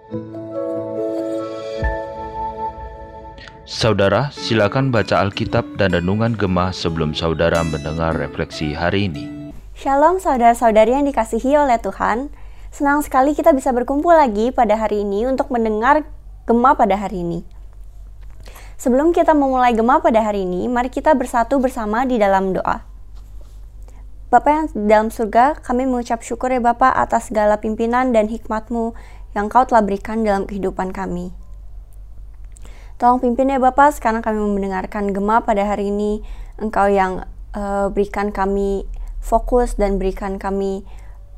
Saudara, silakan baca Alkitab dan Renungan Gemah sebelum saudara mendengar refleksi hari ini. Shalom saudara-saudari yang dikasihi oleh Tuhan. Senang sekali kita bisa berkumpul lagi pada hari ini untuk mendengar Gemah pada hari ini. Sebelum kita memulai Gemah pada hari ini, mari kita bersatu bersama di dalam doa. Bapa yang di dalam surga, kami mengucap syukur ya Bapa atas segala pimpinan dan hikmat-Mu yang Kau telah berikan dalam kehidupan kami. Tolong pimpin ya Bapa, sekarang kami mendengarkan Gemah pada hari ini. Engkau yang berikan kami fokus dan berikan kami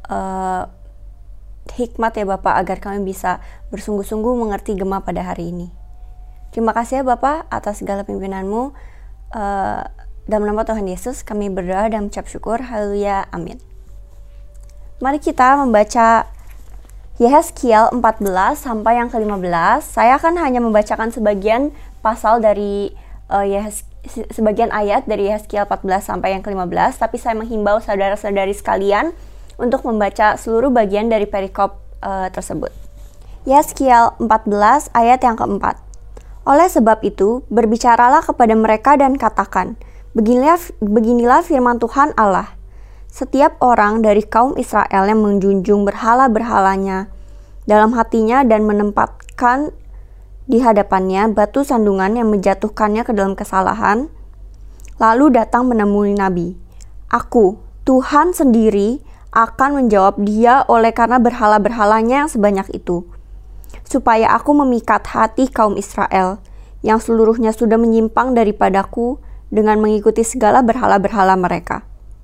hikmat ya Bapa, agar kami bisa bersungguh-sungguh mengerti Gemah pada hari ini. Terima kasih ya Bapa atas segala pimpinan-Mu. Dalam nama Tuhan Yesus kami berdoa dan mengucap syukur. Haleluya, amin. Mari kita membaca Yehezkiel 14 sampai yang ke-15. Saya akan hanya membacakan sebagian pasal dari sebagian ayat dari Yehezkiel 14 sampai yang ke-15, tapi saya menghimbau saudara-saudari sekalian untuk membaca seluruh bagian dari perikop tersebut. Yehezkiel 14 ayat yang ke-4. Oleh sebab itu, berbicaralah kepada mereka dan katakan, beginilah firman Tuhan Allah. Setiap orang dari kaum Israel yang menjunjung berhala-berhalanya dalam hatinya dan menempatkan di hadapannya batu sandungan yang menjatuhkannya ke dalam kesalahan, lalu datang menemui Nabi. Aku, Tuhan sendiri, akan menjawab dia oleh karena berhala-berhalanya yang sebanyak itu, supaya aku memikat hati kaum Israel, yang seluruhnya sudah menyimpang daripadaku dengan mengikuti segala berhala-berhala mereka.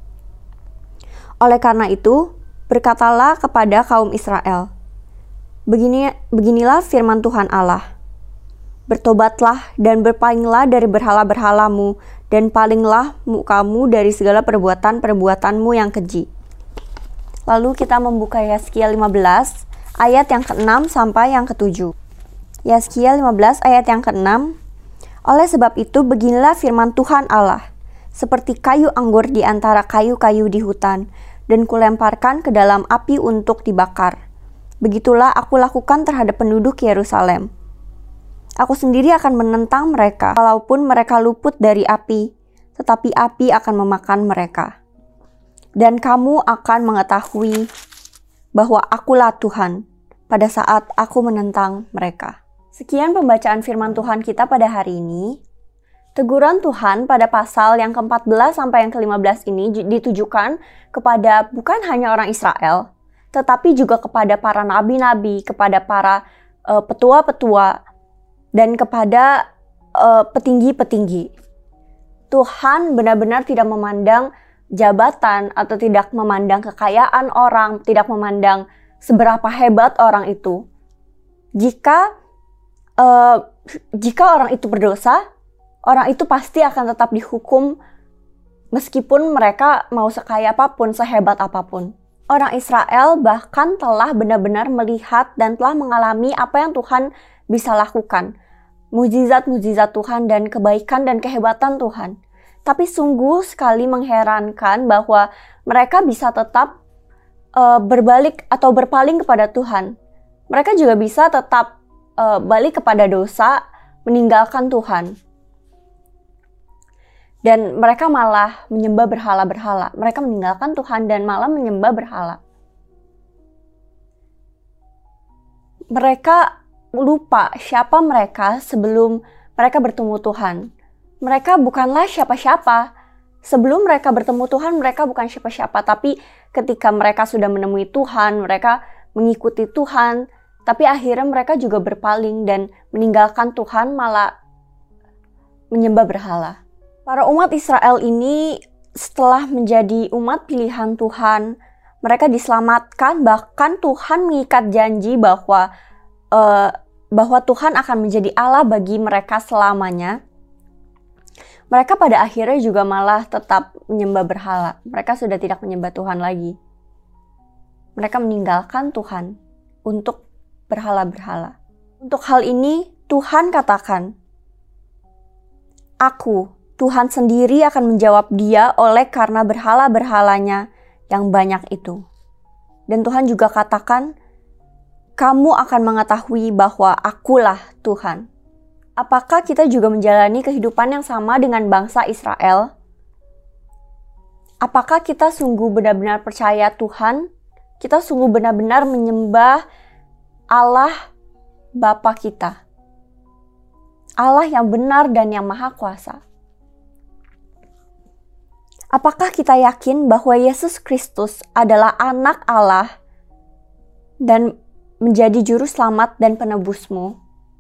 Oleh karena itu, berkatalah kepada kaum Israel, beginilah firman Tuhan Allah. Bertobatlah dan berpalinglah dari berhala-berhalamu, dan palinglah mukamu dari segala perbuatan-perbuatanmu yang keji. Lalu kita membuka Yehezkiel 15 ayat yang ke-6 sampai yang ke-7. Yehezkiel 15 ayat yang ke-6. Oleh sebab itu beginilah firman Tuhan Allah. Seperti kayu anggur di antara kayu-kayu di hutan, dan kulemparkan ke dalam api untuk dibakar. Begitulah aku lakukan terhadap penduduk Yerusalem. Aku sendiri akan menentang mereka, walaupun mereka luput dari api, tetapi api akan memakan mereka. Dan kamu akan mengetahui bahwa akulah Tuhan pada saat aku menentang mereka. Sekian pembacaan firman Tuhan kita pada hari ini. Teguran Tuhan pada pasal yang ke-14 sampai yang ke-15 ini ditujukan kepada bukan hanya orang Israel, tetapi juga kepada para nabi-nabi, kepada para petua-petua, dan kepada petinggi-petinggi. Tuhan benar-benar tidak memandang jabatan atau tidak memandang kekayaan orang, tidak memandang seberapa hebat orang itu. Jika orang itu berdosa, orang itu pasti akan tetap dihukum meskipun mereka mau sekaya apapun, sehebat apapun. Orang Israel bahkan telah benar-benar melihat dan telah mengalami apa yang Tuhan bisa lakukan. Mujizat-mujizat Tuhan dan kebaikan dan kehebatan Tuhan. Tapi sungguh sekali mengherankan bahwa mereka bisa tetap berbalik atau berpaling kepada Tuhan. Mereka juga bisa tetap balik kepada dosa, meninggalkan Tuhan. Dan mereka malah menyembah berhala-berhala. Mereka meninggalkan Tuhan dan malah menyembah berhala. Mereka lupa siapa mereka sebelum mereka bertemu Tuhan. Mereka bukanlah siapa-siapa. Sebelum mereka bertemu Tuhan, mereka bukan siapa-siapa. Tapi ketika mereka sudah menemui Tuhan, mereka mengikuti Tuhan. Tapi akhirnya mereka juga berpaling dan meninggalkan Tuhan, malah menyembah berhala. Para umat Israel ini setelah menjadi umat pilihan Tuhan, mereka diselamatkan, bahkan Tuhan mengikat janji bahwa Tuhan akan menjadi Allah bagi mereka selamanya. Mereka pada akhirnya juga malah tetap menyembah berhala. Mereka sudah tidak menyembah Tuhan lagi. Mereka meninggalkan Tuhan untuk berhala-berhala. Untuk hal ini Tuhan katakan, Aku, Tuhan sendiri akan menjawab dia oleh karena berhala-berhalanya yang banyak itu. Dan Tuhan juga katakan, kamu akan mengetahui bahwa akulah Tuhan. Apakah kita juga menjalani kehidupan yang sama dengan bangsa Israel? Apakah kita sungguh benar-benar percaya Tuhan? Kita sungguh benar-benar menyembah Allah Bapa kita. Allah yang benar dan yang maha kuasa. Apakah kita yakin bahwa Yesus Kristus adalah anak Allah dan menjadi juru selamat dan penebusmu?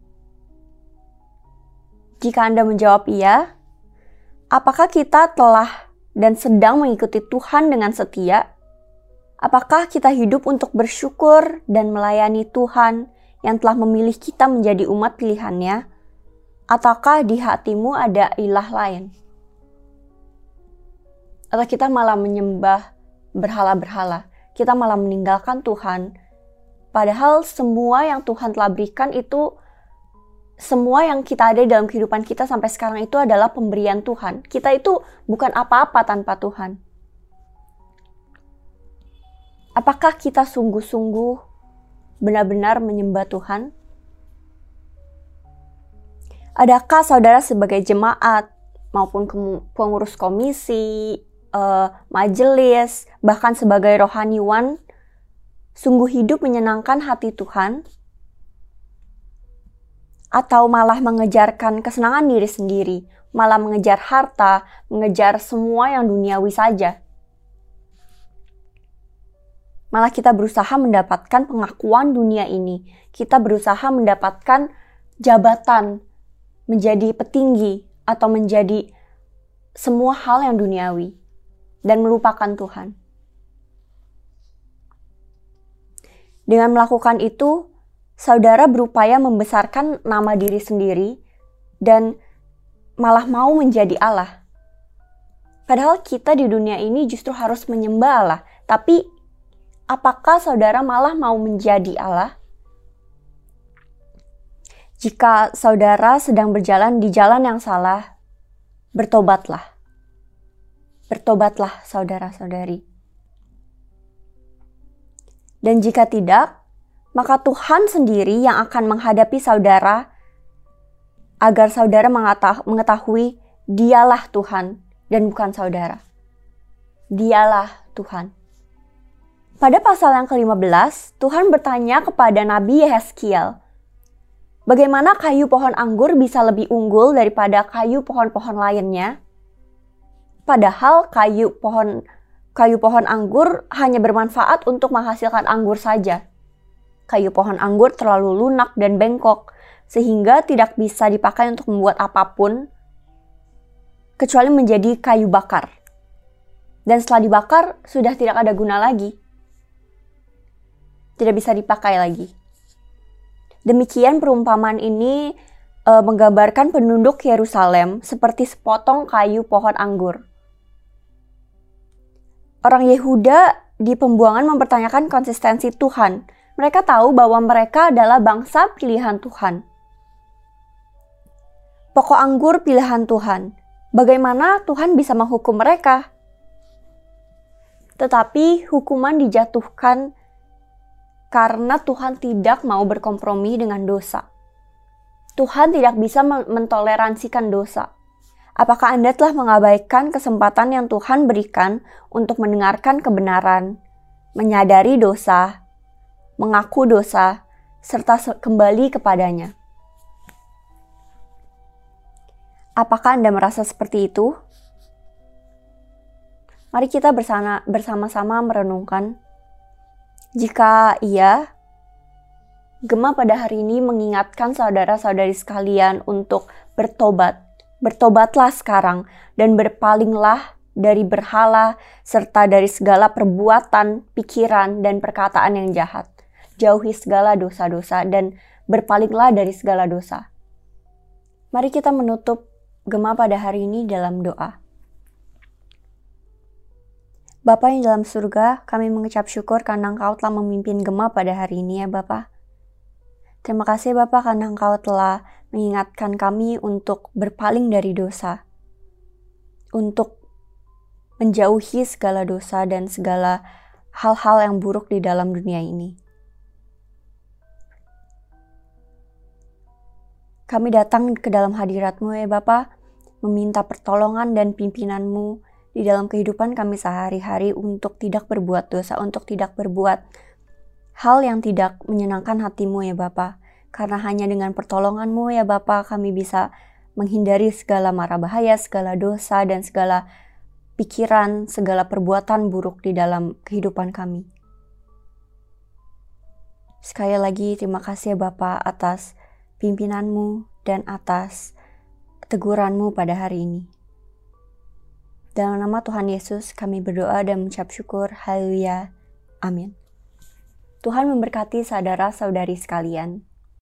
Jika Anda menjawab iya, apakah kita telah dan sedang mengikuti Tuhan dengan setia? Apakah kita hidup untuk bersyukur dan melayani Tuhan yang telah memilih kita menjadi umat pilihannya? Ataukah di hatimu ada ilah lain? Atau kita malah menyembah berhala-berhala? Kita malah meninggalkan Tuhan. Padahal semua yang Tuhan telah berikan itu, semua yang kita ada dalam kehidupan kita sampai sekarang itu adalah pemberian Tuhan. Kita itu bukan apa-apa tanpa Tuhan. Apakah kita sungguh-sungguh benar-benar menyembah Tuhan? Adakah saudara sebagai jemaat maupun pengurus komisi, majelis, bahkan sebagai rohaniwan, sungguh hidup menyenangkan hati Tuhan? Atau malah mengejarkan kesenangan diri sendiri, malah mengejar harta, mengejar semua yang duniawi saja? Malah kita berusaha mendapatkan pengakuan dunia ini. Kita berusaha mendapatkan jabatan, menjadi petinggi, atau menjadi semua hal yang duniawi, dan melupakan Tuhan. Dengan melakukan itu, saudara berupaya membesarkan nama diri sendiri dan malah mau menjadi Allah. Padahal kita di dunia ini justru harus menyembah Allah. Tapi apakah saudara malah mau menjadi Allah? Jika saudara sedang berjalan di jalan yang salah, bertobatlah. Bertobatlah saudara-saudari. Dan jika tidak, maka Tuhan sendiri yang akan menghadapi saudara agar saudara mengetahui Dialah Tuhan dan bukan saudara. Dialah Tuhan. Pada pasal yang ke-15, Tuhan bertanya kepada Nabi Yehezkiel, bagaimana kayu pohon anggur bisa lebih unggul daripada kayu pohon-pohon lainnya? Padahal kayu pohon anggur hanya bermanfaat untuk menghasilkan anggur saja. Kayu pohon anggur terlalu lunak dan bengkok, sehingga tidak bisa dipakai untuk membuat apapun, kecuali menjadi kayu bakar. Dan setelah dibakar, sudah tidak ada guna lagi. Tidak bisa dipakai lagi. Demikian perumpamaan ini menggambarkan penduduk Yerusalem seperti sepotong kayu pohon anggur. Orang Yehuda di pembuangan mempertanyakan konsistensi Tuhan. Mereka tahu bahwa mereka adalah bangsa pilihan Tuhan. Pokok anggur pilihan Tuhan. Bagaimana Tuhan bisa menghukum mereka? Tetapi hukuman dijatuhkan karena Tuhan tidak mau berkompromi dengan dosa. Tuhan tidak bisa mentoleransikan dosa. Apakah Anda telah mengabaikan kesempatan yang Tuhan berikan untuk mendengarkan kebenaran, menyadari dosa, mengaku dosa, serta kembali kepadanya? Apakah Anda merasa seperti itu? Mari kita bersama-sama merenungkan. Jika iya, Gema pada hari ini mengingatkan saudara-saudari sekalian untuk bertobat. Bertobatlah sekarang dan berpalinglah dari berhala serta dari segala perbuatan, pikiran, dan perkataan yang jahat. Jauhi segala dosa-dosa dan berpalinglah dari segala dosa. Mari kita menutup Gema pada hari ini dalam doa. Bapa yang dalam surga, kami mengucap syukur karena Engkau telah memimpin Gema pada hari ini ya Bapa. Terima kasih Bapa karena Engkau telah mengingatkan kami untuk berpaling dari dosa. Untuk menjauhi segala dosa dan segala hal-hal yang buruk di dalam dunia ini. Kami datang ke dalam hadirat-Mu ya Bapa, meminta pertolongan dan pimpinan-Mu di dalam kehidupan kami sehari-hari untuk tidak berbuat dosa, untuk tidak berbuat hal yang tidak menyenangkan hati-Mu ya Bapa. Karena hanya dengan pertolongan-Mu ya Bapa kami bisa menghindari segala mara bahaya, segala dosa, dan segala pikiran, segala perbuatan buruk di dalam kehidupan kami. Sekali lagi terima kasih ya Bapa atas pimpinan-Mu dan atas teguran-Mu pada hari ini. Dalam nama Tuhan Yesus kami berdoa dan mengucap syukur. Haleluya. Amin. Tuhan memberkati saudara-saudari sekalian.